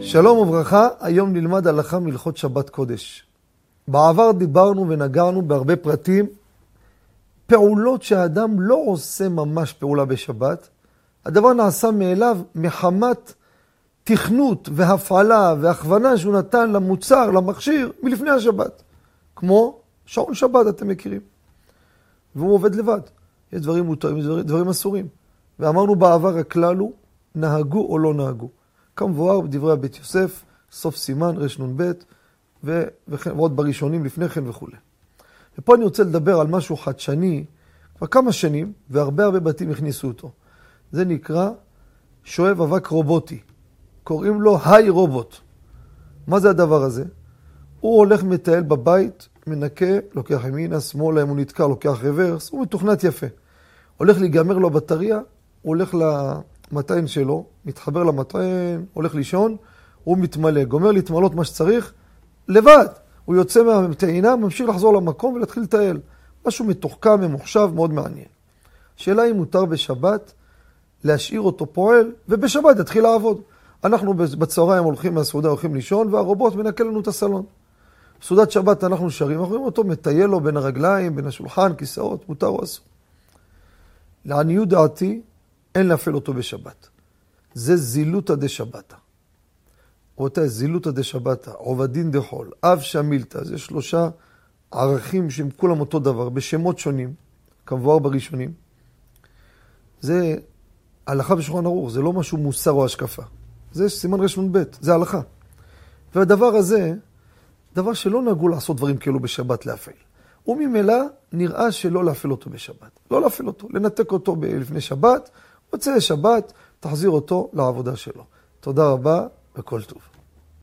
שלום וברכה, היום נלמד הלכה מהלכות שבת קודש. בעבר דיברנו ונגענו בהרבה פרטים, פעולות שהאדם לא עושה ממש פעולה בשבת. הדבר נעשה מאליו מחמת תכנות והפעלה והכוונה שהוא נתן למוצר, למכשיר, מלפני השבת. כמו שעון שבת, אתם מכירים. והוא עובד לבד. יש דברים מותרים, יש דברים אסורים. ואמרנו בעבר הכלל הוא, נהגו או לא נהגו. כמבואר בדברי הבית יוסף, סוף סימן, רנ"ב, ועוד בראשונים לפני כן וכו'. ופה אני רוצה לדבר על משהו חדשני, כבר כמה שנים, והרבה בתים הכניסו אותו. זה נקרא שואב אבק רובוטי. קוראים לו היי רובוט. מה זה הדבר הזה? הוא הולך מטייל בבית, מנקה, לוקח ימינה, שמאלה, אם הוא נתקע, לוקח רוורס, הוא מתוכנת יפה. הולך להיגמר לו בטריה, הוא הולך למטען שלו, מתחבר למטען, הולך לישון, הוא מתמלא, גומר להתמלות מה שצריך, לבד. הוא יוצא מהטעינה, ממשיך לחזור למקום ולהתחיל לטייל. משהו מתוחכם, ממוחשב, מאוד מעניין. השאלה אם מותר בשבת להשאיר אותו פועל, ובשבת יתחיל לעבוד. אנחנו בצהריים הולכים מהסעודה, הולכים לישון, והרובוט מנקה לנו את הסלון. בסעודת שבת אנחנו שרים, אנחנו רואים אותו מטייל לו בין הרגליים, בין השולחן, כיסאות, מותר או אסור. לעניות דעתי, אין להפעיל אותו בשבת. זה זילותא דשבתא. אותה זילותא דשבתא, עובדין דחול, אב שמילתא, זה 3 ערכים שהם כולם אותו דבר, בשמות שונים, כמבואר בראשונים. זה הלכה בשולחן ערוך, זה לא משהו מוסר או השקפה. זה סימן רנ"ב, זה הלכה. והדבר הזה, דבר שלא נהגו לעשות דברים כאלו בשבת להפעיל. וממילא נראה שלא להפעיל אותו בשבת. לא להפעיל אותו, לנתק אותו לפני שבת, רוצה לשבת, תחזיר אותו לעבודה שלו. תודה רבה וכל טוב.